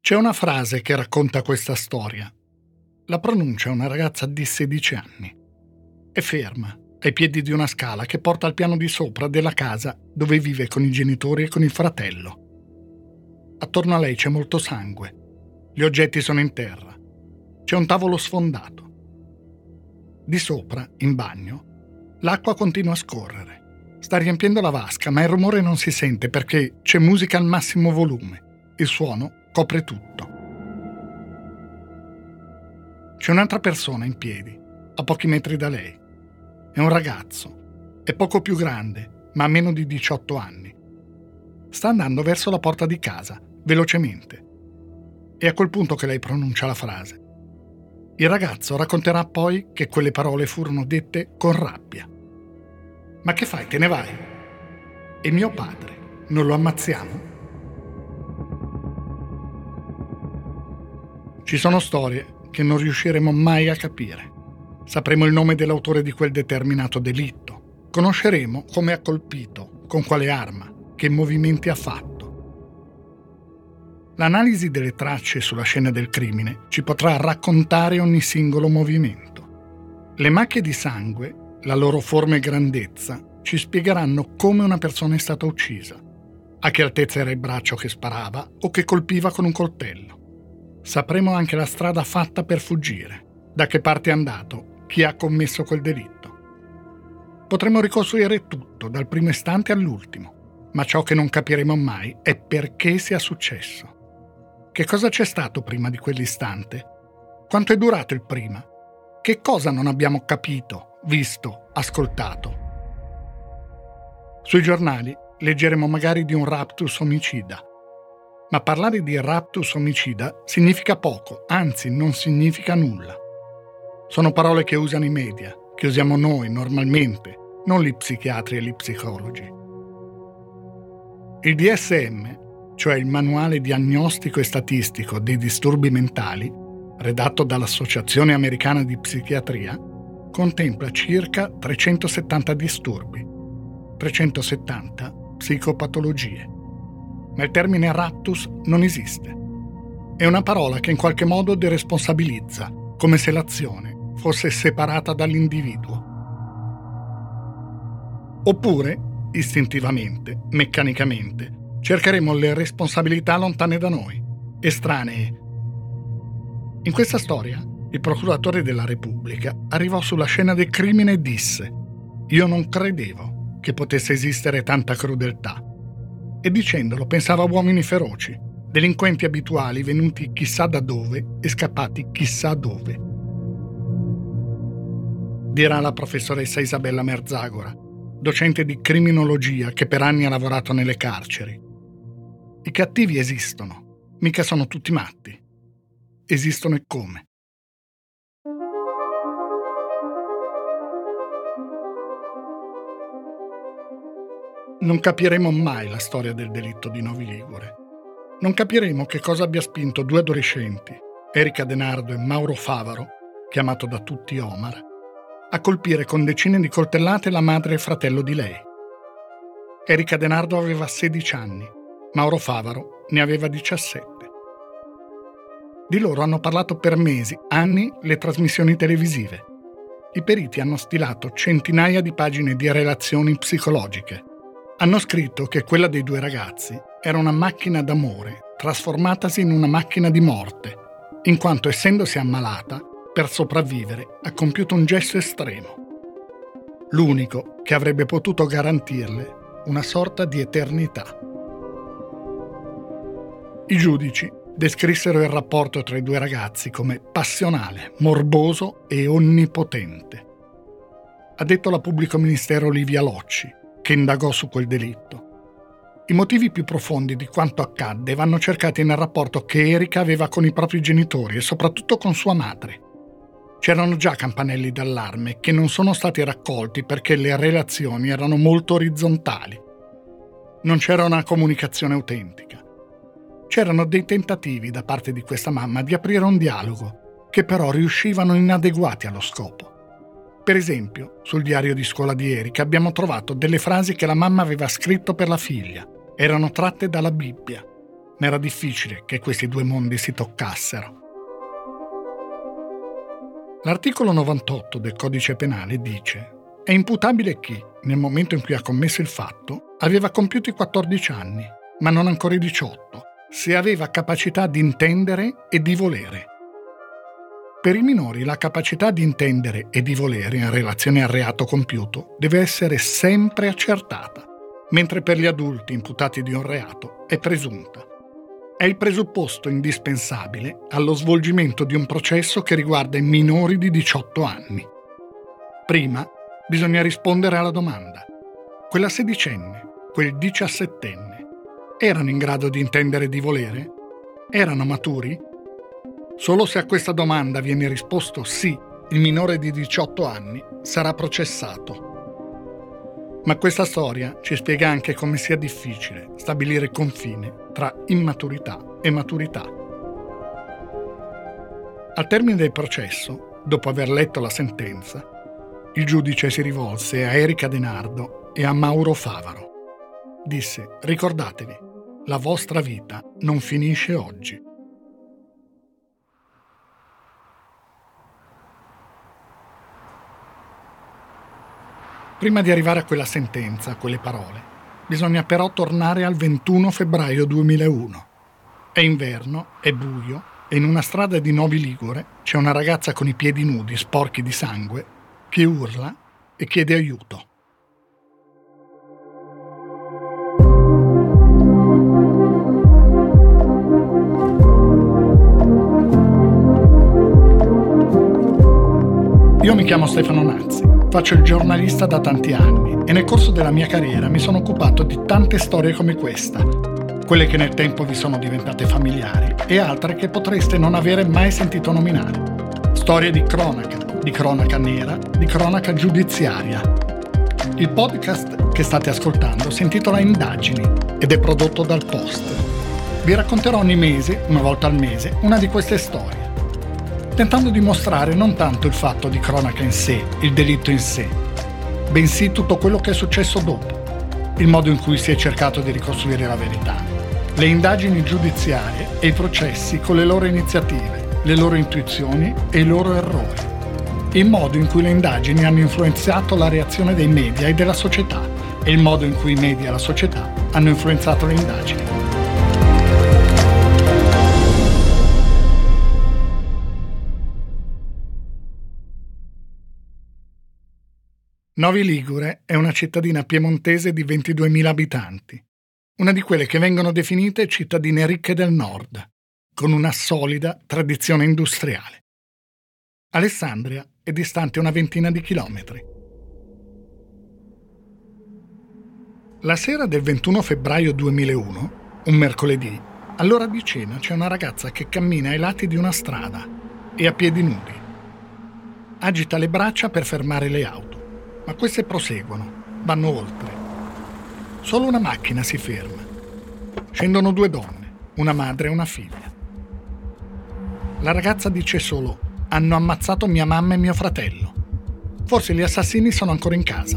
C'è una frase che racconta questa storia. La pronuncia una ragazza di 16 anni. È ferma, ai piedi di una scala che porta al piano di sopra della casa dove vive con i genitori e con il fratello. Attorno a lei c'è molto sangue. Gli oggetti sono in terra. C'è un tavolo sfondato. Di sopra, in bagno, l'acqua continua a scorrere. Sta riempiendo la vasca, ma il rumore non si sente perché c'è musica al massimo volume. Il suono copre tutto. C'è un'altra persona in piedi, a pochi metri da lei. È un ragazzo. È poco più grande, ma ha meno di 18 anni. Sta andando verso la porta di casa, velocemente. È a quel punto che lei pronuncia la frase. Il ragazzo racconterà poi che quelle parole furono dette con rabbia. «Ma che fai? Te ne vai? E mio padre? Non lo ammazziamo?» Ci sono storie che non riusciremo mai a capire. Sapremo il nome dell'autore di quel determinato delitto. Conosceremo come ha colpito, con quale arma, che movimenti ha fatto. L'analisi delle tracce sulla scena del crimine ci potrà raccontare ogni singolo movimento. Le macchie di sangue, la loro forma e grandezza, ci spiegheranno come una persona è stata uccisa, a che altezza era il braccio che sparava o che colpiva con un coltello. Sapremo anche la strada fatta per fuggire, da che parte è andato, chi ha commesso quel delitto. Potremo ricostruire tutto, dal primo istante all'ultimo, ma ciò che non capiremo mai è perché sia successo. Che cosa c'è stato prima di quell'istante? Quanto è durato il prima? Che cosa non abbiamo capito, visto, ascoltato? Sui giornali leggeremo magari di un raptus omicida, ma parlare di raptus omicida significa poco, anzi non significa nulla. Sono parole che usano i media, che usiamo noi normalmente, non gli psichiatri e gli psicologi. Il DSM, cioè il Manuale Diagnostico e Statistico dei Disturbi Mentali, redatto dall'Associazione Americana di Psichiatria, contempla circa 370 disturbi, 370 psicopatologie. Ma il termine raptus non esiste. È una parola che in qualche modo deresponsabilizza, come se l'azione fosse separata dall'individuo. Oppure, istintivamente, meccanicamente, cercheremo le responsabilità lontane da noi, estranee. In questa storia, il procuratore della Repubblica arrivò sulla scena del crimine e disse: «Io non credevo che potesse esistere tanta crudeltà». E dicendolo pensava a uomini feroci, delinquenti abituali venuti chissà da dove e scappati chissà dove. Dirà la professoressa Isabella Merzagora, docente di criminologia che per anni ha lavorato nelle carceri. I cattivi esistono, mica sono tutti matti. Esistono e come. Non capiremo mai la storia del delitto di Novi Ligure. Non capiremo che cosa abbia spinto due adolescenti, Erika Denardo e Mauro Favaro, chiamato da tutti Omar, a colpire con decine di coltellate la madre e il fratello di lei. Erika Denardo aveva 16 anni, Mauro Favaro ne aveva 17. Di loro hanno parlato per mesi, anni, le trasmissioni televisive. I periti hanno stilato centinaia di pagine di relazioni psicologiche. Hanno scritto che quella dei due ragazzi era una macchina d'amore trasformatasi in una macchina di morte, in quanto essendosi ammalata, per sopravvivere ha compiuto un gesto estremo. L'unico che avrebbe potuto garantirle una sorta di eternità. I giudici descrissero il rapporto tra i due ragazzi come passionale, morboso e onnipotente. Ha detto la pubblico ministero Livia Locci, che indagò su quel delitto. I motivi più profondi di quanto accadde vanno cercati nel rapporto che Erika aveva con i propri genitori e soprattutto con sua madre. C'erano già campanelli d'allarme che non sono stati raccolti perché le relazioni erano molto orizzontali. Non c'era una comunicazione autentica. C'erano dei tentativi da parte di questa mamma di aprire un dialogo, che però riuscivano inadeguati allo scopo. Per esempio, sul diario di scuola di Erika abbiamo trovato delle frasi che la mamma aveva scritto per la figlia. Erano tratte dalla Bibbia. ma era difficile che questi due mondi si toccassero. L'articolo 98 del Codice Penale dice: è imputabile chi, nel momento in cui ha commesso il fatto, aveva compiuto i 14 anni, ma non ancora i 18, se aveva capacità di intendere e di volere. Per i minori la capacità di intendere e di volere in relazione al reato compiuto deve essere sempre accertata, mentre per gli adulti imputati di un reato è presunta. È il presupposto indispensabile allo svolgimento di un processo che riguarda i minori di 18 anni. Prima bisogna rispondere alla domanda: quella sedicenne, quel 17enne, erano in grado di intendere e di volere? Erano maturi? Solo se a questa domanda viene risposto sì, il minore di 18 anni sarà processato. Ma questa storia ci spiega anche come sia difficile stabilire il confine tra immaturità e maturità. Al termine del processo, dopo aver letto la sentenza, il giudice si rivolse a Erika De Nardo e a Mauro Favaro. Disse: ricordatevi, la vostra vita non finisce oggi. Prima di arrivare a quella sentenza, a quelle parole, bisogna però tornare al 21 febbraio 2001. È inverno, è buio e in una strada di Novi Ligure c'è una ragazza con i piedi nudi, sporchi di sangue, che urla e chiede aiuto. Io mi chiamo Stefano Nazzi. Faccio il giornalista da tanti anni e nel corso della mia carriera mi sono occupato di tante storie come questa, quelle che nel tempo vi sono diventate familiari e altre che potreste non avere mai sentito nominare. Storie di cronaca nera, di cronaca giudiziaria. Il podcast che state ascoltando si intitola Indagini ed è prodotto dal Post. Vi racconterò ogni mese, una volta al mese, una di queste storie, tentando di mostrare non tanto il fatto di cronaca in sé, il delitto in sé, bensì tutto quello che è successo dopo, il modo in cui si è cercato di ricostruire la verità, le indagini giudiziarie e i processi con le loro iniziative, le loro intuizioni e i loro errori, il modo in cui le indagini hanno influenzato la reazione dei media e della società e il modo in cui i media e la società hanno influenzato le indagini. Novi Ligure è una cittadina piemontese di 22.000 abitanti, una di quelle che vengono definite cittadine ricche del nord, con una solida tradizione industriale. Alessandria è distante una ventina di chilometri. La sera del 21 febbraio 2001, un mercoledì, all'ora di cena c'è una ragazza che cammina ai lati di una strada e a piedi nudi. Agita le braccia per fermare le auto. Ma queste proseguono, vanno oltre. Solo una macchina si ferma. Scendono due donne, una madre e una figlia. La ragazza dice solo: hanno ammazzato mia mamma e mio fratello. Forse gli assassini sono ancora in casa.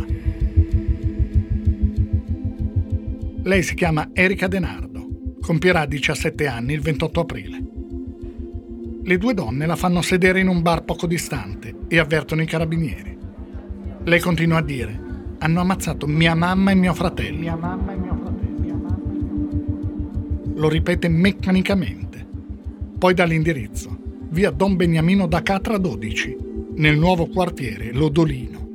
Lei si chiama Erika De Nardo, compierà 17 anni il 28 aprile. Le due donne la fanno sedere in un bar poco distante e avvertono i carabinieri. Lei continua a dire: hanno ammazzato mia mamma e mio fratello. Mia mamma e mio fratello. Lo ripete meccanicamente. Poi dà l'indirizzo: via Don Beniamino da Catra 12, nel nuovo quartiere Lodolino.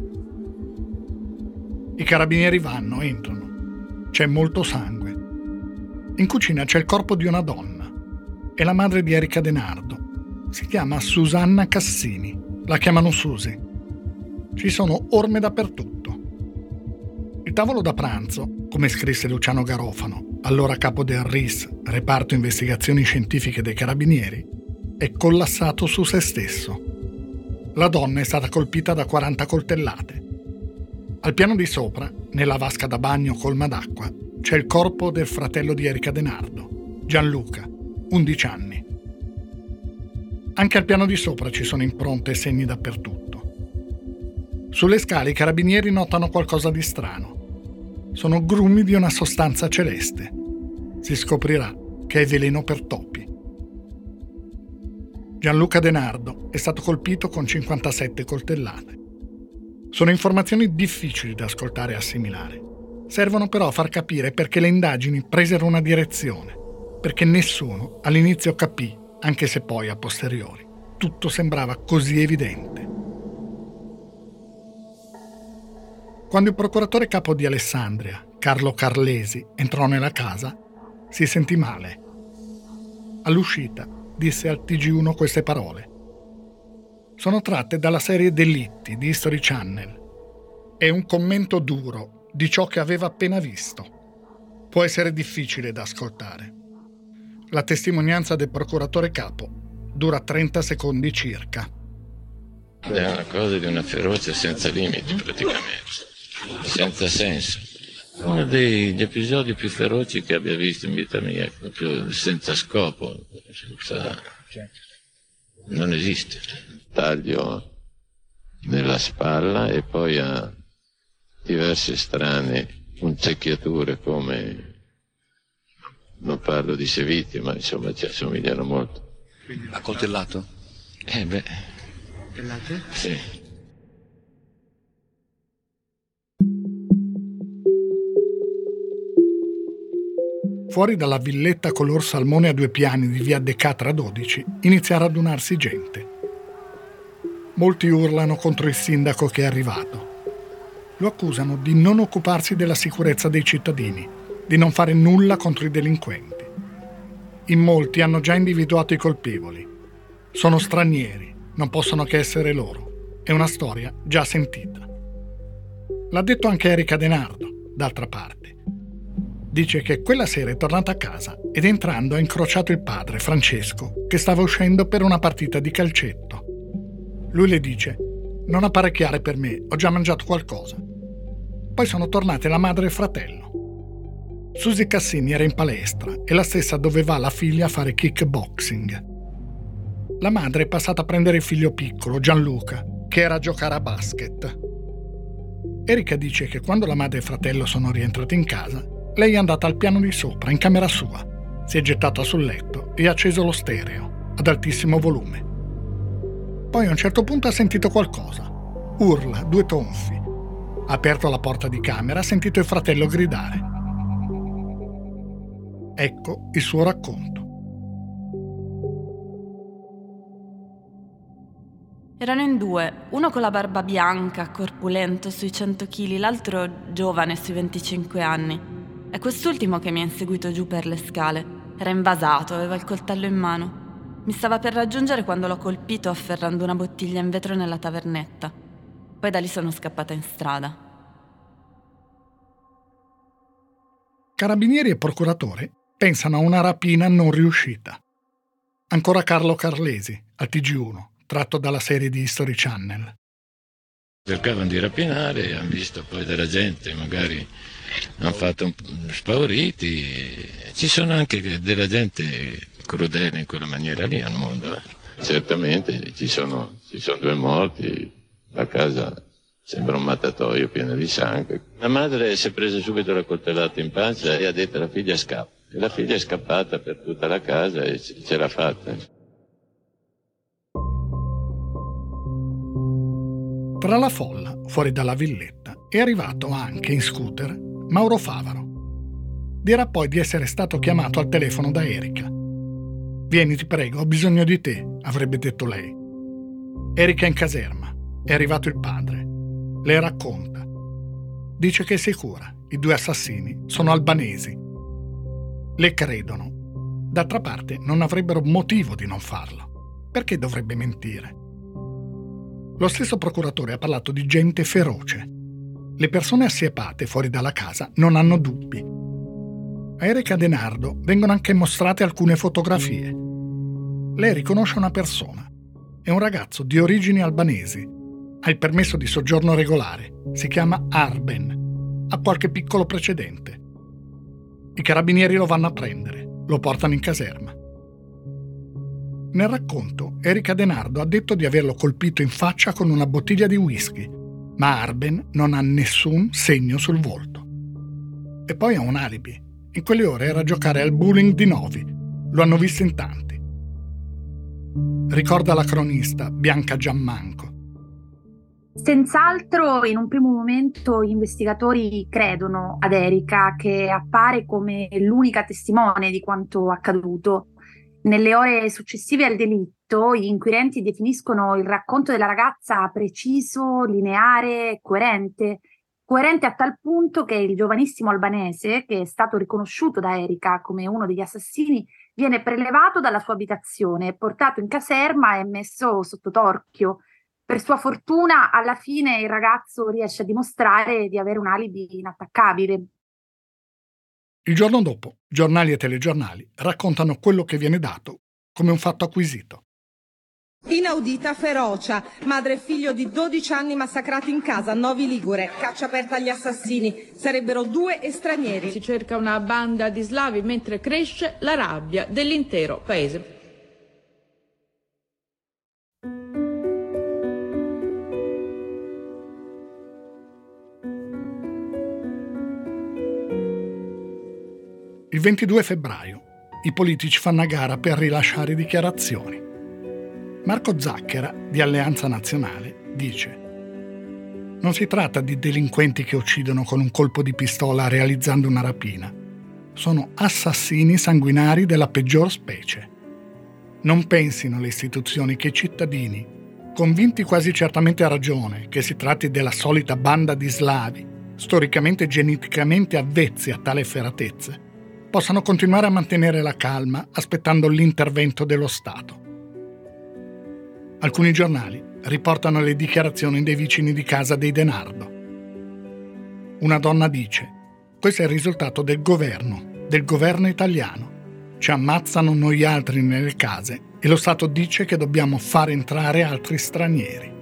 I carabinieri vanno, entrano. C'è molto sangue. In cucina c'è il corpo di una donna. È la madre di Erika De Nardo. Si chiama Susanna Cassini. La chiamano Susi. Ci sono orme dappertutto. Il tavolo da pranzo, come scrisse Luciano Garofano, allora capo del RIS, reparto investigazioni scientifiche dei carabinieri, è collassato su se stesso. La donna è stata colpita da 40 coltellate. Al piano di sopra, nella vasca da bagno colma d'acqua, c'è il corpo del fratello di Erika De Nardo, Gianluca, 11 anni. Anche al piano di sopra ci sono impronte e segni dappertutto. Sulle scale i carabinieri notano qualcosa di strano. Sono grumi di una sostanza celeste. Si scoprirà che è veleno per topi. Gianluca Denardo è stato colpito con 57 coltellate. Sono informazioni difficili da ascoltare e assimilare. Servono però a far capire perché le indagini presero una direzione, perché nessuno all'inizio capì, anche se poi a posteriori tutto sembrava così evidente. Quando il procuratore capo di Alessandria, Carlo Carlesi, entrò nella casa, si sentì male. All'uscita disse al TG1 queste parole. Sono tratte dalla serie Delitti di History Channel. È un commento duro di ciò che aveva appena visto. Può essere difficile da ascoltare. La testimonianza del procuratore capo dura 30 secondi circa. È una cosa di una ferocia senza limiti, praticamente, senza senso. Uno degli episodi più feroci che abbia visto in vita mia, proprio senza scopo, non esiste. Taglio nella spalla e poi ha diverse strane punzecchiature come, non parlo di seviti, ma insomma ci assomigliano molto. Ha coltellato? Coltellate? Sì. Fuori dalla villetta color salmone a 2 piani di via De Catra 12 inizia a radunarsi gente. Molti urlano contro il sindaco che è arrivato. Lo accusano di non occuparsi della sicurezza dei cittadini, di non fare nulla contro i delinquenti. In molti hanno già individuato i colpevoli. Sono stranieri, non possono che essere loro. È una storia già sentita. L'ha detto anche Erika Denardo, d'altra parte. Dice che quella sera è tornata a casa ed entrando ha incrociato il padre, Francesco, che stava uscendo per una partita di calcetto. Lui le dice: non apparecchiare per me, ho già mangiato qualcosa. Poi sono tornate la madre e il fratello. Susi Cassini era in palestra, è la stessa dove va la figlia a fare kickboxing. La madre è passata a prendere il figlio piccolo, Gianluca, che era a giocare a basket. Erika dice che quando la madre e il fratello sono rientrati in casa, lei è andata al piano di sopra, in camera sua, si è gettata sul letto e ha acceso lo stereo, ad altissimo volume. Poi a un certo punto ha sentito qualcosa. Urla, 2 tonfi. Ha aperto la porta di camera, ha sentito il fratello gridare. Ecco il suo racconto. Erano in 2, uno con la barba bianca, corpulento, sui 100 kg, l'altro giovane, sui 25 anni. È quest'ultimo che mi ha inseguito giù per le scale. Era invasato, aveva il coltello in mano. Mi stava per raggiungere quando l'ho colpito afferrando una bottiglia in vetro nella tavernetta. Poi da lì sono scappata in strada. Carabinieri e procuratore pensano a una rapina non riuscita. Ancora Carlo Carlesi, al TG1, tratto dalla serie di History Channel. Cercavano di rapinare, hanno visto poi della gente, magari hanno fatto spauriti. Ci sono anche della gente crudele in quella maniera lì al mondo. Certamente ci sono 2 morti, la casa sembra un mattatoio pieno di sangue. La madre si è presa subito la coltellata in pancia e ha detto alla figlia scappa. E la figlia è scappata per tutta la casa e ce l'ha fatta. Tra la folla, fuori dalla villetta, è arrivato anche in scooter Mauro Favaro. Dirà poi di essere stato chiamato al telefono da Erika. «Vieni, ti prego, ho bisogno di te», avrebbe detto lei. Erika è in caserma, è arrivato il padre. Le racconta. Dice che è sicura, i 2 assassini sono albanesi. Le credono. D'altra parte non avrebbero motivo di non farlo. Perché dovrebbe mentire? Lo stesso procuratore ha parlato di gente feroce. Le persone assiepate fuori dalla casa non hanno dubbi. A Erika Denardo vengono anche mostrate alcune fotografie. Lei riconosce una persona. È un ragazzo di origini albanesi. Ha il permesso di soggiorno regolare. Si chiama Arben. Ha qualche piccolo precedente. I carabinieri lo vanno a prendere. Lo portano in caserma. Nel racconto, Erika Denardo ha detto di averlo colpito in faccia con una bottiglia di whisky, ma Arben non ha nessun segno sul volto. E poi ha un alibi. In quelle ore era a giocare al bowling di Novi, Lo hanno visto in tanti. Ricorda la cronista Bianca Giammanco. Senz'altro in un primo momento gli investigatori credono ad Erika, che appare come l'unica testimone di quanto accaduto. Nelle ore successive al delitto, gli inquirenti definiscono il racconto della ragazza preciso, lineare, coerente a tal punto che il giovanissimo albanese, che è stato riconosciuto da Erika come uno degli assassini, viene prelevato dalla sua abitazione, portato in caserma e messo sotto torchio. Per sua fortuna, alla fine il ragazzo riesce a dimostrare di avere un alibi inattaccabile. Il giorno dopo, giornali e telegiornali raccontano quello che viene dato come un fatto acquisito. Inaudita ferocia, madre e figlio di 12 anni massacrati in casa a Novi Ligure, caccia aperta agli assassini, sarebbero 2 stranieri. Si cerca una banda di slavi mentre cresce la rabbia dell'intero paese. Il 22 febbraio i politici fanno a gara per rilasciare dichiarazioni. Marco Zacchera, di Alleanza Nazionale, dice: non si tratta di delinquenti che uccidono con un colpo di pistola realizzando una rapina. Sono assassini sanguinari della peggior specie. Non pensino le istituzioni che i cittadini, convinti quasi certamente a ragione che si tratti della solita banda di slavi, storicamente e geneticamente avvezzi a tale efferatezze, possano continuare a mantenere la calma aspettando l'intervento dello Stato. Alcuni giornali riportano le dichiarazioni dei vicini di casa dei De Nardo. Una donna dice: questo è il risultato del governo italiano. Ci ammazzano noi altri nelle case e lo Stato dice che dobbiamo far entrare altri stranieri.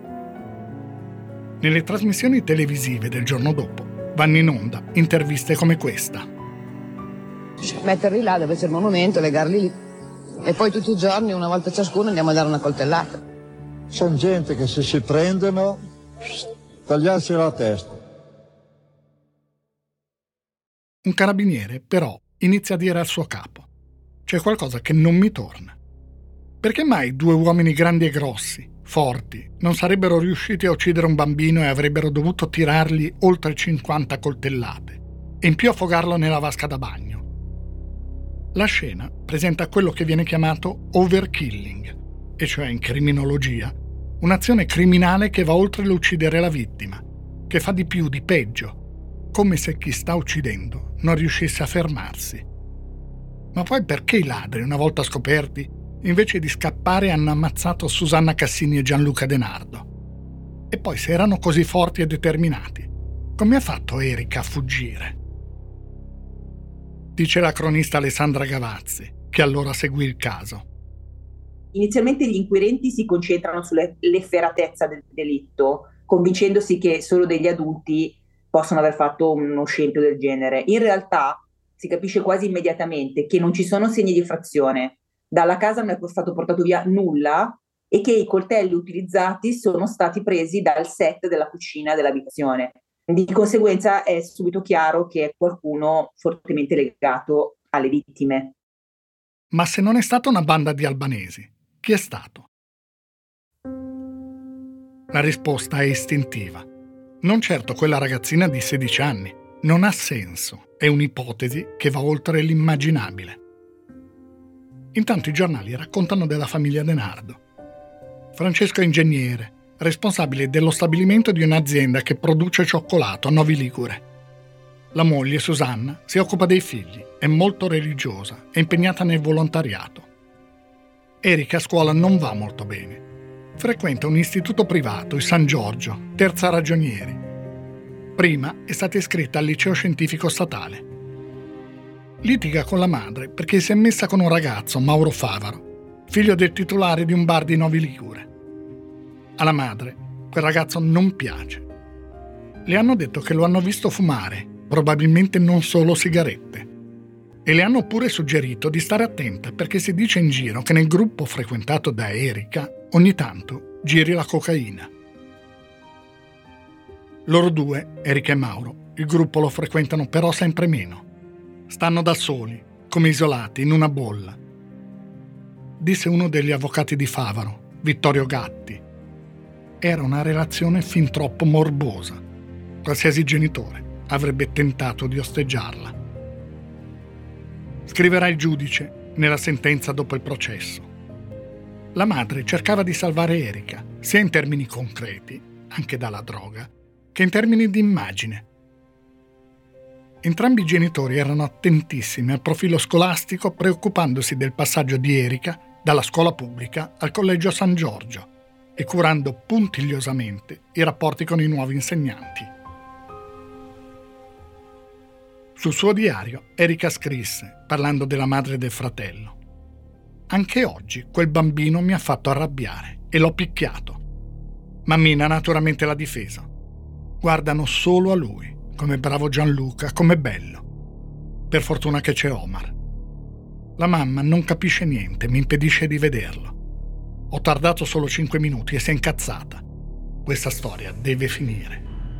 Nelle trasmissioni televisive del giorno dopo vanno in onda interviste come questa. Metterli là dove c'è il monumento, legarli lì. E poi tutti i giorni, una volta ciascuno, andiamo a dare una coltellata. C'è gente che se si prendono, tagliarsi la testa. Un carabiniere, però, inizia a dire al suo capo: c'è qualcosa che non mi torna. Perché mai 2 uomini grandi e grossi, forti, non sarebbero riusciti a uccidere un bambino e avrebbero dovuto tirargli oltre 50 coltellate e in più affogarlo nella vasca da bagno? La scena presenta quello che viene chiamato overkilling, e cioè in criminologia un'azione criminale che va oltre l'uccidere la vittima, che fa di più, di peggio, come se chi sta uccidendo non riuscisse a fermarsi. Ma poi perché i ladri, una volta scoperti, invece di scappare hanno ammazzato Susanna Cassini e Gianluca De Nardo? E poi se erano così forti e determinati, come ha fatto Erika a fuggire? Dice la cronista Alessandra Gavazzi, che allora seguì il caso. Inizialmente gli inquirenti si concentrano sull'efferatezza del delitto, convincendosi che solo degli adulti possono aver fatto uno scempio del genere. In realtà si capisce quasi immediatamente che non ci sono segni di effrazione, dalla casa non è stato portato via nulla e che i coltelli utilizzati sono stati presi dal set della cucina dell'abitazione. Di conseguenza è subito chiaro che è qualcuno fortemente legato alle vittime. Ma se non è stata una banda di albanesi, chi è stato? La risposta è istintiva. Non certo quella ragazzina di 16 anni. Non ha senso. È un'ipotesi che va oltre l'immaginabile. Intanto i giornali raccontano della famiglia De Nardo. Francesco è ingegnere, responsabile dello stabilimento di un'azienda che produce cioccolato a Novi Ligure. La moglie, Susanna, si occupa dei figli, è molto religiosa, è impegnata nel volontariato. Erika a scuola non va molto bene. Frequenta un istituto privato, il San Giorgio, terza ragionieri. Prima è stata iscritta al liceo scientifico statale. Litiga con la madre perché si è messa con un ragazzo, Mauro Favaro, figlio del titolare di un bar di Novi Ligure. Alla madre quel ragazzo non piace. Le hanno detto che lo hanno visto fumare, probabilmente non solo sigarette. E le hanno pure suggerito di stare attenta perché si dice in giro che nel gruppo frequentato da Erika ogni tanto giri la cocaina. Loro due, Erika e Mauro, il gruppo lo frequentano però sempre meno. Stanno da soli, come isolati, in una bolla, disse uno degli avvocati di Favaro, Vittorio Gatti. Era una relazione fin troppo morbosa. Qualsiasi genitore avrebbe tentato di osteggiarla. Scriverà il giudice nella sentenza dopo il processo. La madre cercava di salvare Erika, sia in termini concreti, anche dalla droga, che in termini di immagine. Entrambi i genitori erano attentissimi al profilo scolastico, preoccupandosi del passaggio di Erika dalla scuola pubblica al collegio San Giorgio e curando puntigliosamente i rapporti con i nuovi insegnanti. Sul suo diario Erika scrisse, parlando della madre e del fratello: «Anche oggi quel bambino mi ha fatto arrabbiare e l'ho picchiato. Mammina naturalmente l'ha difesa. Guardano solo a lui, come bravo Gianluca, come bello. Per fortuna che c'è Omar. La mamma non capisce niente, mi impedisce di vederlo. Ho tardato solo 5 minuti e si è incazzata. Questa storia deve finire».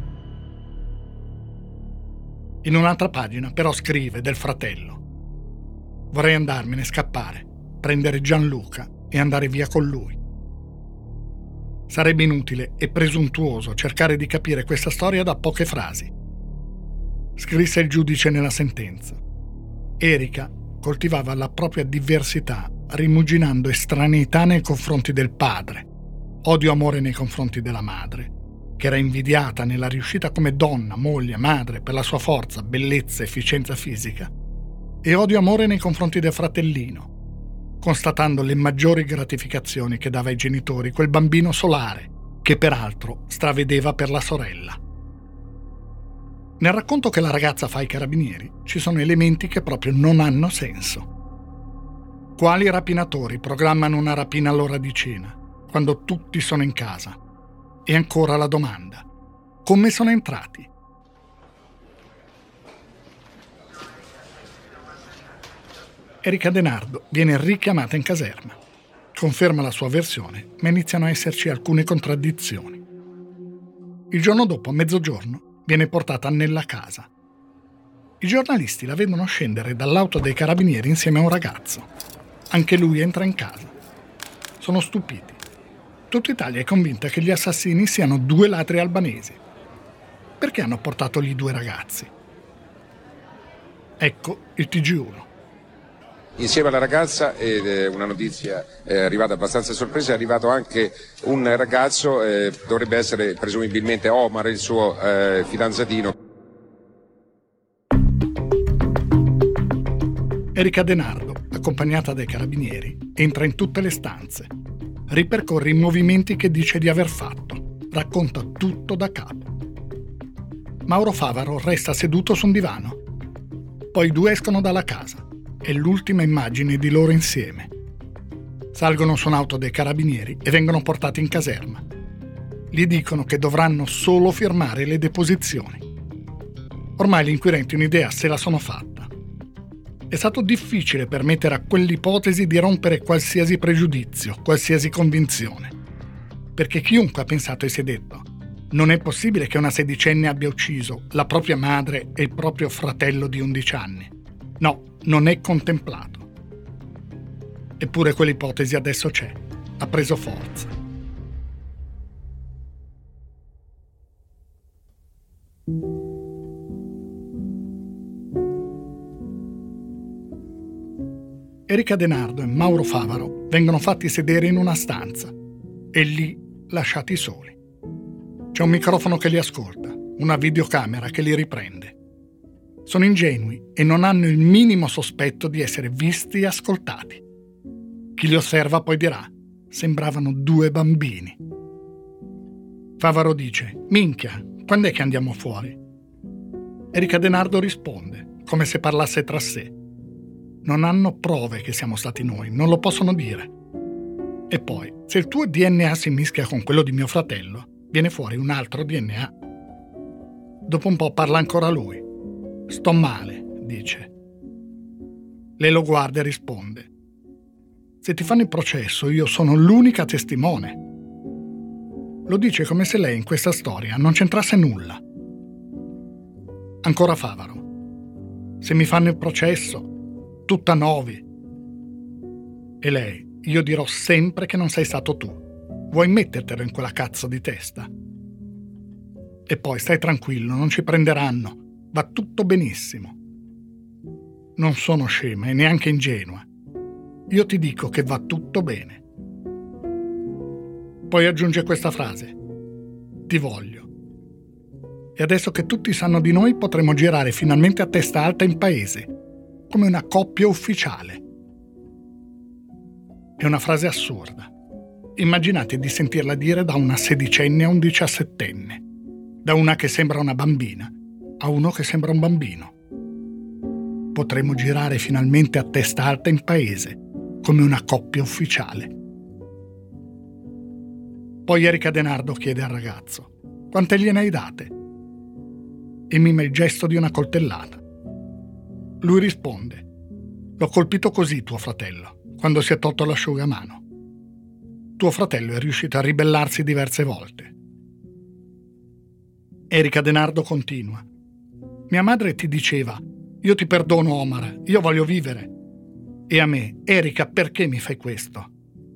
In un'altra pagina però scrive del fratello: «Vorrei andarmene, scappare, prendere Gianluca e andare via con lui. Sarebbe inutile e presuntuoso cercare di capire questa storia da poche frasi». Scrisse il giudice nella sentenza. Erika coltivava la propria diversità, rimuginando estraneità nei confronti del padre, odio-amore nei confronti della madre, che era invidiata nella riuscita come donna, moglie, madre per la sua forza, bellezza, efficienza fisica, e odio-amore nei confronti del fratellino, constatando le maggiori gratificazioni che dava ai genitori quel bambino solare, che peraltro stravedeva per la sorella. Nel racconto che la ragazza fa ai carabinieri ci sono elementi che proprio non hanno senso. Quali rapinatori programmano una rapina all'ora di cena, quando tutti sono in casa? E ancora la domanda: come sono entrati? Erika Denardo viene richiamata in caserma. Conferma la sua versione, ma iniziano a esserci alcune contraddizioni. Il giorno dopo, a mezzogiorno, viene portata nella casa. I giornalisti la vedono scendere dall'auto dei carabinieri insieme a un ragazzo. Anche lui entra in casa. Sono stupiti. Tutta Italia è convinta che gli assassini siano 2 ladri albanesi. Perché hanno portato lì 2 ragazzi? Ecco il TG1. Insieme alla ragazza, ed è una notizia arrivata abbastanza sorpresa, è arrivato anche un ragazzo, dovrebbe essere presumibilmente Omar, il suo fidanzatino. Erika Denardo, accompagnata dai carabinieri, entra in tutte le stanze. Ripercorre i movimenti che dice di aver fatto. Racconta tutto da capo. Mauro Favaro resta seduto su un divano. Poi i 2 escono dalla casa. È l'ultima immagine di loro insieme. Salgono su un'auto dei carabinieri e vengono portati in caserma. Gli dicono che dovranno solo firmare le deposizioni. Ormai gli inquirenti un'idea se la sono fatta. È stato difficile permettere a quell'ipotesi di rompere qualsiasi pregiudizio, qualsiasi convinzione. Perché chiunque ha pensato e si è detto: non è possibile che una 16enne abbia ucciso la propria madre e il proprio fratello di 11 anni. No, non è contemplato. Eppure quell'ipotesi adesso c'è, ha preso forza. Erika Denardo e Mauro Favaro vengono fatti sedere in una stanza e lì lasciati soli. C'è un microfono che li ascolta, una videocamera che li riprende. Sono ingenui e non hanno il minimo sospetto di essere visti e ascoltati. Chi li osserva poi dirà: sembravano 2 bambini. Favaro dice: minchia, quando è che andiamo fuori? Erika Denardo risponde, come se parlasse tra sé: non hanno prove che siamo stati noi, non lo possono dire. E poi, se il tuo DNA si mischia con quello di mio fratello, viene fuori un altro DNA. Dopo un po' parla ancora lui. Sto male, dice. Lei lo guarda e risponde: se ti fanno il processo, io sono l'unica testimone. Lo dice come se lei in questa storia non c'entrasse nulla. Ancora Favaro: se mi fanno il processo, tutta Novi. E lei, io dirò sempre che non sei stato tu. Vuoi mettertelo in quella cazzo di testa? E poi stai tranquillo, non ci prenderanno. Va tutto benissimo. Non sono scema e neanche ingenua. Io ti dico che va tutto bene. Poi aggiunge questa frase: ti voglio. E adesso che tutti sanno di noi potremo girare finalmente a testa alta in paese, come una coppia ufficiale. È una frase assurda. Immaginate di sentirla dire da una sedicenne a un 17enne, da una che sembra una bambina a uno che sembra un bambino. Potremo girare finalmente a testa alta in paese, come una coppia ufficiale. Poi Erika De Nardo chiede al ragazzo: quante gliene hai date? E mima il gesto di una coltellata. Lui risponde: l'ho colpito così tuo fratello, quando si è tolto l'asciugamano. Tuo fratello è riuscito a ribellarsi diverse volte. Erika De Nardo continua: mia madre ti diceva: io ti perdono Omar, io voglio vivere. E a me: Erika, perché mi fai questo?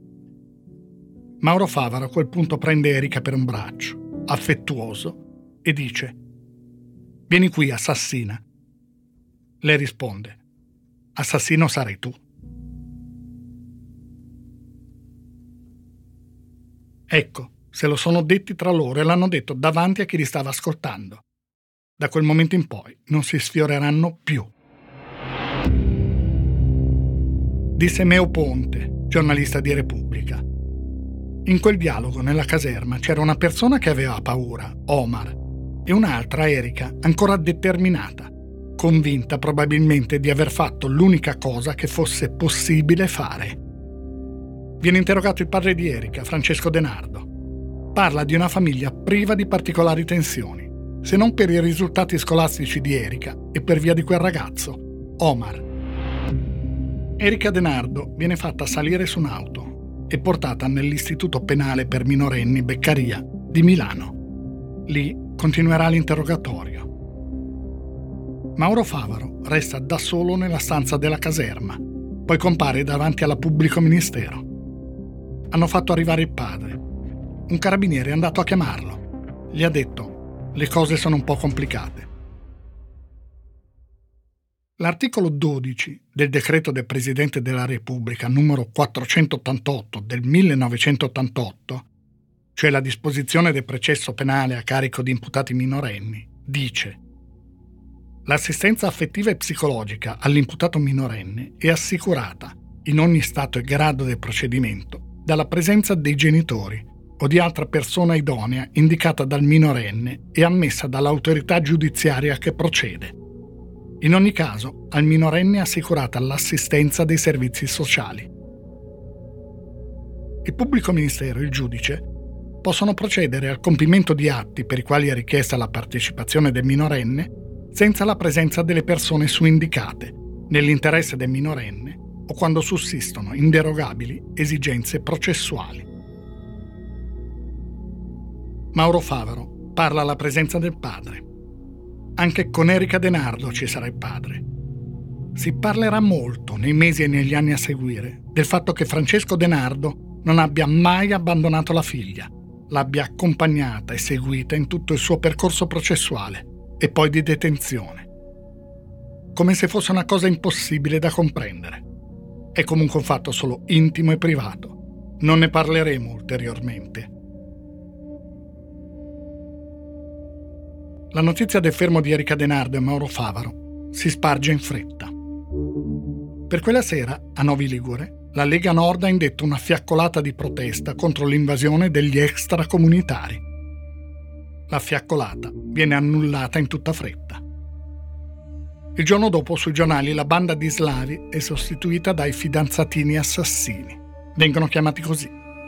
Mauro Favaro a quel punto prende Erika per un braccio, affettuoso, e dice: vieni qui, assassina. Lei risponde: assassino sarai tu. Ecco, se lo sono detti tra loro e l'hanno detto davanti a chi li stava ascoltando. Da quel momento in poi non si sfioreranno più. Disse Meo Ponte, giornalista di Repubblica. In quel dialogo nella caserma c'era una persona che aveva paura, Omar, e un'altra, Erika, ancora determinata, convinta probabilmente di aver fatto l'unica cosa che fosse possibile fare. Viene interrogato il padre di Erika, Francesco De Nardo. Parla di una famiglia priva di particolari tensioni, se non per i risultati scolastici di Erika e per via di quel ragazzo, Omar. Erika De Nardo viene fatta salire su un'auto e portata nell'Istituto Penale per Minorenni Beccaria di Milano. Lì continuerà l'interrogatorio. Mauro Favaro resta da solo nella stanza della caserma, poi compare davanti alla pubblico ministero. Hanno fatto arrivare il padre. Un carabiniere è andato a chiamarlo. Gli ha detto: le cose sono un po' complicate. L'articolo 12 del decreto del Presidente della Repubblica numero 488 del 1988, cioè la disposizione del processo penale a carico di imputati minorenni, dice: l'assistenza affettiva e psicologica all'imputato minorenne è assicurata, in ogni stato e grado del procedimento, dalla presenza dei genitori o di altra persona idonea indicata dal minorenne e ammessa dall'autorità giudiziaria che procede. In ogni caso, al minorenne è assicurata l'assistenza dei servizi sociali. Il pubblico ministero e il giudice possono procedere al compimento di atti per i quali è richiesta la partecipazione del minorenne senza la presenza delle persone suindicate, nell'interesse del minorenne o quando sussistono inderogabili esigenze processuali. Mauro Favaro parla alla presenza del padre. Anche con Erika De Nardo ci sarà il padre. Si parlerà molto nei mesi e negli anni a seguire del fatto che Francesco De Nardo non abbia mai abbandonato la figlia, l'abbia accompagnata e seguita in tutto il suo percorso processuale e poi di detenzione. Come se fosse una cosa impossibile da comprendere. È comunque un fatto solo intimo e privato. Non ne parleremo ulteriormente. La notizia del fermo di Erika De Nardo e Mauro Favaro si sparge in fretta. Per quella sera, a Novi Ligure, la Lega Nord ha indetto una fiaccolata di protesta contro l'invasione degli extracomunitari. La fiaccolata viene annullata in tutta fretta. Il giorno dopo sui giornali la banda di slavi è sostituita dai fidanzatini assassini. Vengono chiamati così.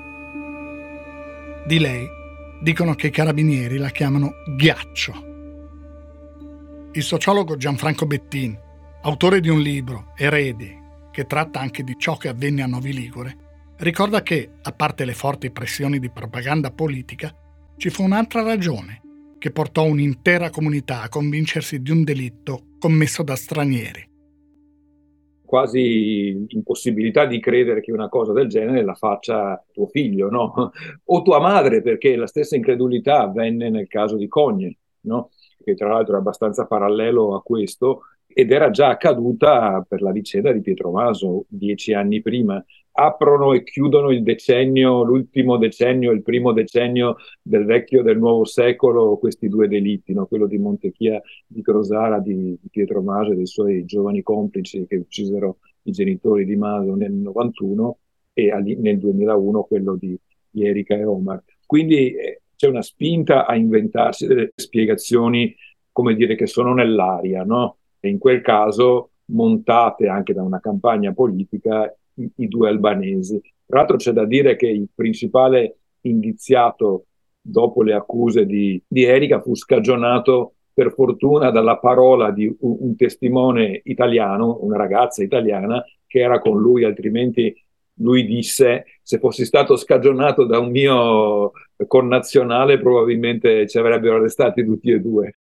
Di lei dicono che i carabinieri la chiamano Ghiaccio. Il sociologo Gianfranco Bettin, autore di un libro, Eredi, che tratta anche di ciò che avvenne a Novi Ligure, ricorda che, a parte le forti pressioni di propaganda politica, ci fu un'altra ragione che portò un'intera comunità a convincersi di un delitto commesso da stranieri. quasi impossibilità di credere che una cosa del genere la faccia tuo figlio, no? O tua madre, perché la stessa incredulità avvenne nel caso di Cogne, no? Che tra l'altro è abbastanza parallelo a questo, ed era già accaduta per la vicenda di Pietro Maso 10 anni prima. Aprono e chiudono il decennio, l'ultimo decennio, il primo decennio del vecchio e del nuovo secolo, questi due delitti, no? Quello di Montechia, di Crosara, di Pietro Maso e dei suoi giovani complici che uccisero i genitori di Maso nel 91 e nel 2001 quello di Erika e Omar. Quindi c'è una spinta a inventarsi delle spiegazioni, come dire, che sono nell'aria, no? E in quel caso montate anche da una campagna politica i due albanesi. Tra l'altro c'è da dire che il principale indiziato dopo le accuse di Erika fu scagionato per fortuna dalla parola di un testimone italiano, una ragazza italiana che era con lui, altrimenti lui disse: se fossi stato scagionato da un mio connazionale probabilmente ci avrebbero arrestati tutti e due.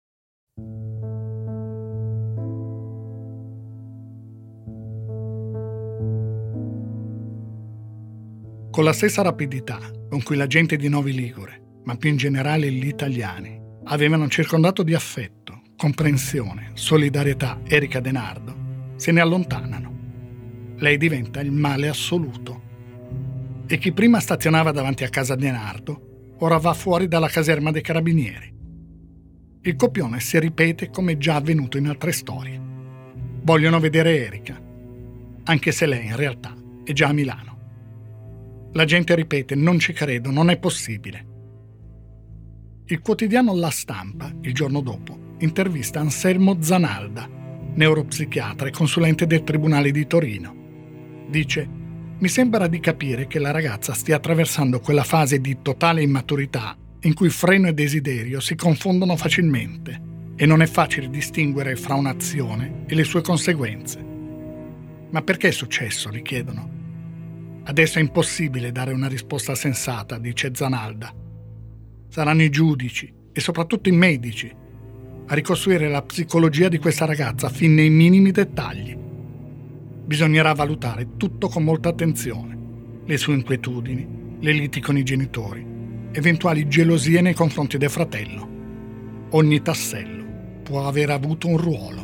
Con la stessa rapidità con cui la gente di Novi Ligure, ma più in generale gli italiani, avevano circondato di affetto, comprensione, solidarietà Erika De Nardo, se ne allontanano. Lei diventa il male assoluto. E chi prima stazionava davanti a casa De Nardo, ora va fuori dalla caserma dei carabinieri. Il copione si ripete come già avvenuto in altre storie. Vogliono vedere Erika, anche se lei in realtà è già a Milano. La gente ripete: non ci credo, non è possibile. Il quotidiano La Stampa, il giorno dopo, intervista Anselmo Zanalda, neuropsichiatra e consulente del Tribunale di Torino. Dice: mi sembra di capire che la ragazza stia attraversando quella fase di totale immaturità in cui freno e desiderio si confondono facilmente e non è facile distinguere fra un'azione e le sue conseguenze. Ma perché è successo? Gli chiedono. Adesso è impossibile dare una risposta sensata, dice Zanalda. Saranno i giudici e soprattutto i medici a ricostruire la psicologia di questa ragazza fin nei minimi dettagli. Bisognerà valutare tutto con molta attenzione: le sue inquietudini, le liti con i genitori, eventuali gelosie nei confronti del fratello. Ogni tassello può aver avuto un ruolo.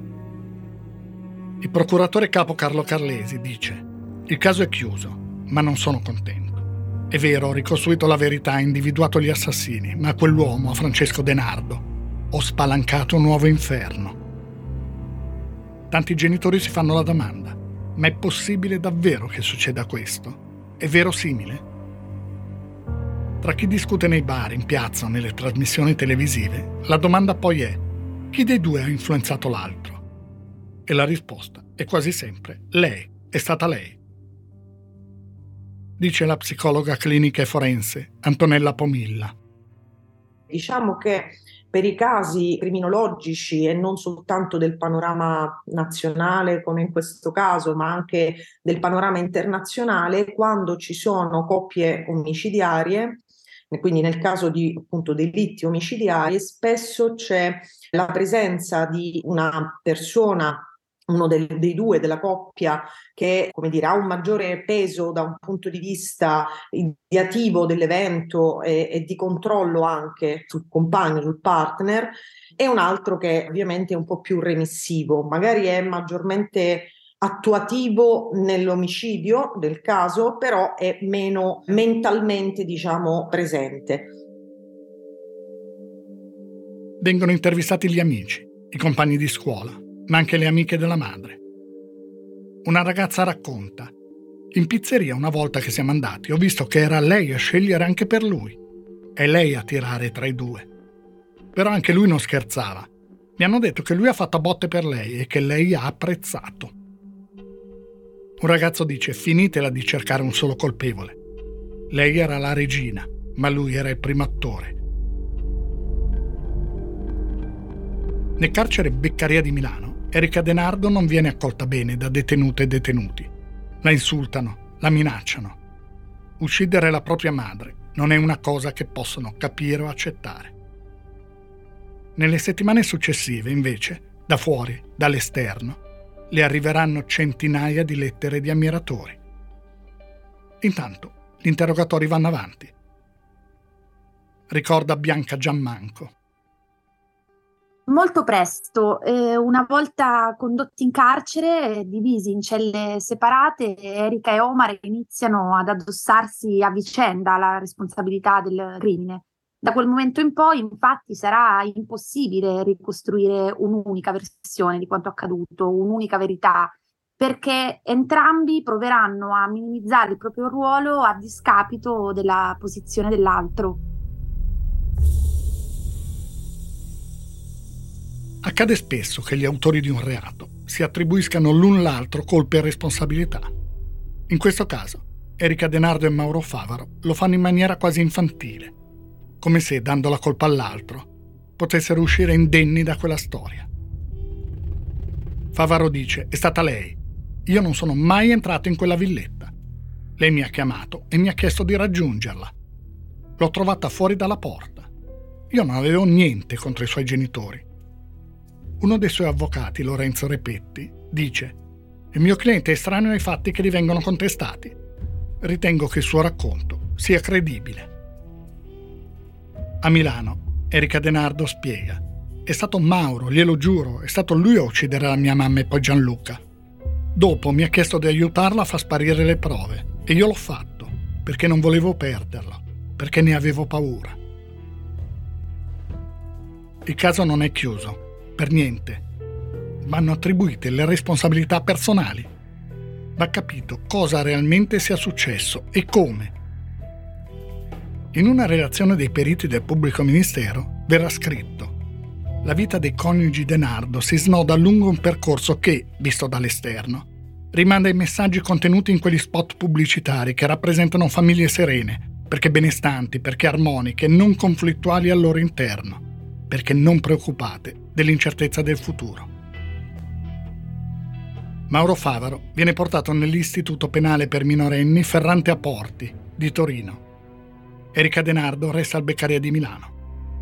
Il procuratore capo Carlo Carlesi dice: il caso è chiuso, ma non sono contento. È vero, ho ricostruito la verità, individuato gli assassini, ma a quell'uomo, a Francesco De Nardo, ho spalancato un nuovo inferno. Tanti genitori si fanno la domanda: ma è possibile davvero che succeda questo? È verosimile? Tra chi discute nei bar, in piazza o nelle trasmissioni televisive, la domanda poi è: chi dei due ha influenzato l'altro? E la risposta è quasi sempre: lei, è stata lei. Dice la psicologa clinica e forense Antonella Pomilla. Diciamo che per i casi criminologici e non soltanto del panorama nazionale come in questo caso, ma anche del panorama internazionale, quando ci sono coppie omicidiarie, e quindi nel caso di appunto delitti omicidiari, spesso c'è la presenza di una persona, uno dei due della coppia, che, come dire, ha un maggiore peso da un punto di vista ideativo dell'evento e di controllo anche sul compagno, sul partner, e un altro che ovviamente è un po' più remissivo, magari è maggiormente attuativo nell'omicidio del caso, però è meno mentalmente, diciamo, presente. Vengono intervistati gli amici, i compagni di scuola, ma anche le amiche della madre. Una ragazza racconta: in pizzeria una volta che siamo andati ho visto che era lei a scegliere anche per lui. È lei a tirare tra i due. Però anche lui non scherzava. Mi hanno detto che lui ha fatto a botte per lei e che lei ha apprezzato. Un ragazzo dice: finitela di cercare un solo colpevole. Lei era la regina, ma lui era il primo attore. Nel carcere Beccaria di Milano, Erika De Nardo non viene accolta bene da detenute e detenuti. La insultano, la minacciano. Uccidere la propria madre non è una cosa che possono capire o accettare. Nelle settimane successive, invece, da fuori, dall'esterno, le arriveranno centinaia di lettere di ammiratori. Intanto gli interrogatori vanno avanti. Ricorda Bianca Giammanco. Molto presto, una volta condotti in carcere, divisi in celle separate, Erika e Omar iniziano ad addossarsi a vicenda la responsabilità del crimine. Da quel momento in poi, infatti, sarà impossibile ricostruire un'unica versione di quanto accaduto, un'unica verità, perché entrambi proveranno a minimizzare il proprio ruolo a discapito della posizione dell'altro. Accade spesso che gli autori di un reato si attribuiscano l'un l'altro colpe e responsabilità. In questo caso, Erika Denardo e Mauro Favaro lo fanno in maniera quasi infantile, come se, dando la colpa all'altro, potessero uscire indenni da quella storia. Favaro dice: è stata lei. Io non sono mai entrato in quella villetta. Lei mi ha chiamato e mi ha chiesto di raggiungerla. L'ho trovata fuori dalla porta. Io non avevo niente contro i suoi genitori. Uno dei suoi avvocati, Lorenzo Repetti, dice: il mio cliente è estraneo ai fatti che gli vengono contestati. Ritengo che il suo racconto sia credibile. A Milano, Erika Denardo spiega: è stato Mauro, glielo giuro, è stato lui a uccidere la mia mamma e poi Gianluca. Dopo mi ha chiesto di aiutarla a far sparire le prove e io l'ho fatto, perché non volevo perderlo, perché ne avevo paura. Il caso non è chiuso. Per niente. Vanno attribuite le responsabilità personali. Va capito cosa realmente sia successo e come. In una relazione dei periti del pubblico ministero verrà scritto: la vita dei coniugi Denardo si snoda lungo un percorso che, visto dall'esterno, rimanda ai messaggi contenuti in quegli spot pubblicitari che rappresentano famiglie serene, perché benestanti, perché armoniche, non conflittuali al loro interno, perché non preoccupate dell'incertezza del futuro. Mauro Favaro viene portato nell'Istituto Penale per Minorenni Ferrante a Porti di Torino. Erika Denardo resta al Beccaria di Milano.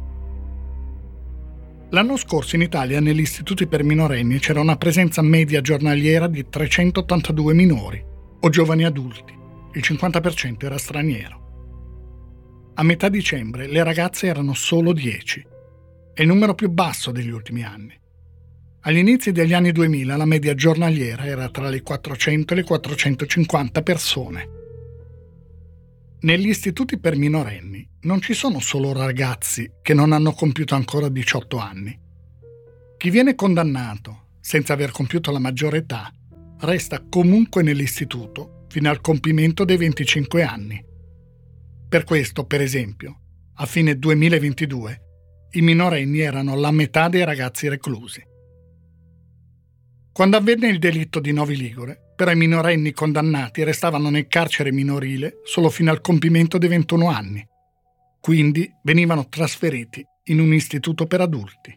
L'anno scorso in Italia negli istituti per minorenni c'era una presenza media giornaliera di 382 minori o giovani adulti. Il 50% era straniero. A metà dicembre le ragazze erano solo 10. È il numero più basso degli ultimi anni. Agli inizi degli anni 2000 la media giornaliera era tra le 400 e le 450 persone. Negli istituti per minorenni non ci sono solo ragazzi che non hanno compiuto ancora 18 anni. Chi viene condannato senza aver compiuto la maggiore età resta comunque nell'istituto fino al compimento dei 25 anni. Per questo, per esempio, a fine 2022 i minorenni erano la metà dei ragazzi reclusi. Quando avvenne il delitto di Novi Ligure, però i minorenni condannati restavano nel carcere minorile solo fino al compimento dei 21 anni. Quindi venivano trasferiti in un istituto per adulti.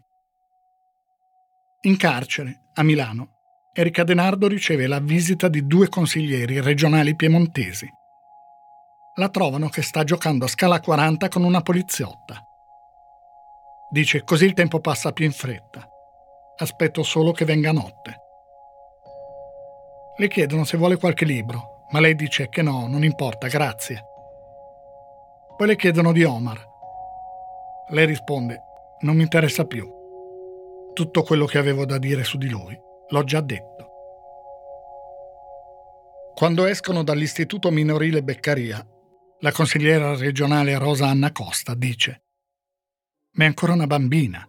In carcere, a Milano, Erika Denardo riceve la visita di 2 consiglieri regionali piemontesi. La trovano che sta giocando a scala 40 con una poliziotta. Dice: così il tempo passa più in fretta. Aspetto solo che venga notte. Le chiedono se vuole qualche libro, ma lei dice che no, non importa, grazie. Poi le chiedono di Omar. Lei risponde: non mi interessa più. Tutto quello che avevo da dire su di lui l'ho già detto. Quando escono dall'istituto minorile Beccaria, la consigliera regionale Rosa Anna Costa dice: ma è ancora una bambina.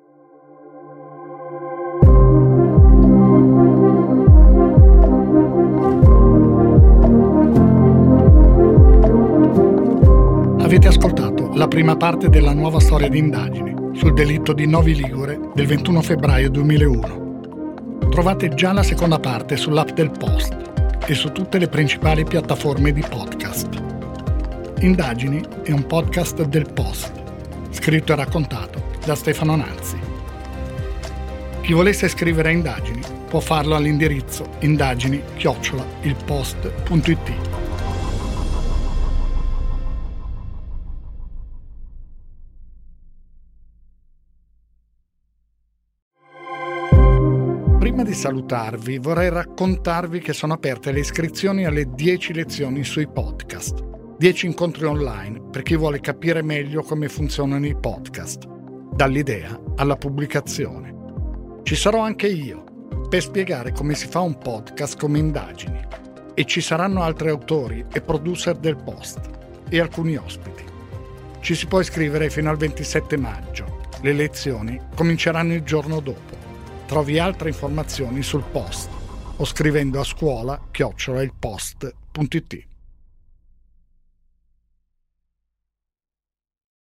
Avete ascoltato la prima parte della nuova storia di indagini sul delitto di Novi Ligure del 21 febbraio 2001. Trovate già la seconda parte sull'app del Post e su tutte le principali piattaforme di podcast. Indagini è un podcast del Post, scritto e raccontato da Stefano Nazzi. Chi volesse scrivere a Indagini può farlo all'indirizzo indagini@ilpost.it. Prima Prima di salutarvi vorrei raccontarvi che sono aperte le iscrizioni alle 10 lezioni sui podcast. 10 incontri online per chi vuole capire meglio come funzionano i podcast, dall'idea alla pubblicazione. Ci sarò anche io per spiegare come si fa un podcast come indagini, e ci saranno altri autori e producer del post e alcuni ospiti. Ci si può iscrivere fino al 27 maggio. Le lezioni cominceranno il giorno dopo. Trovi altre informazioni sul post o scrivendo a scuola@ilpost.it.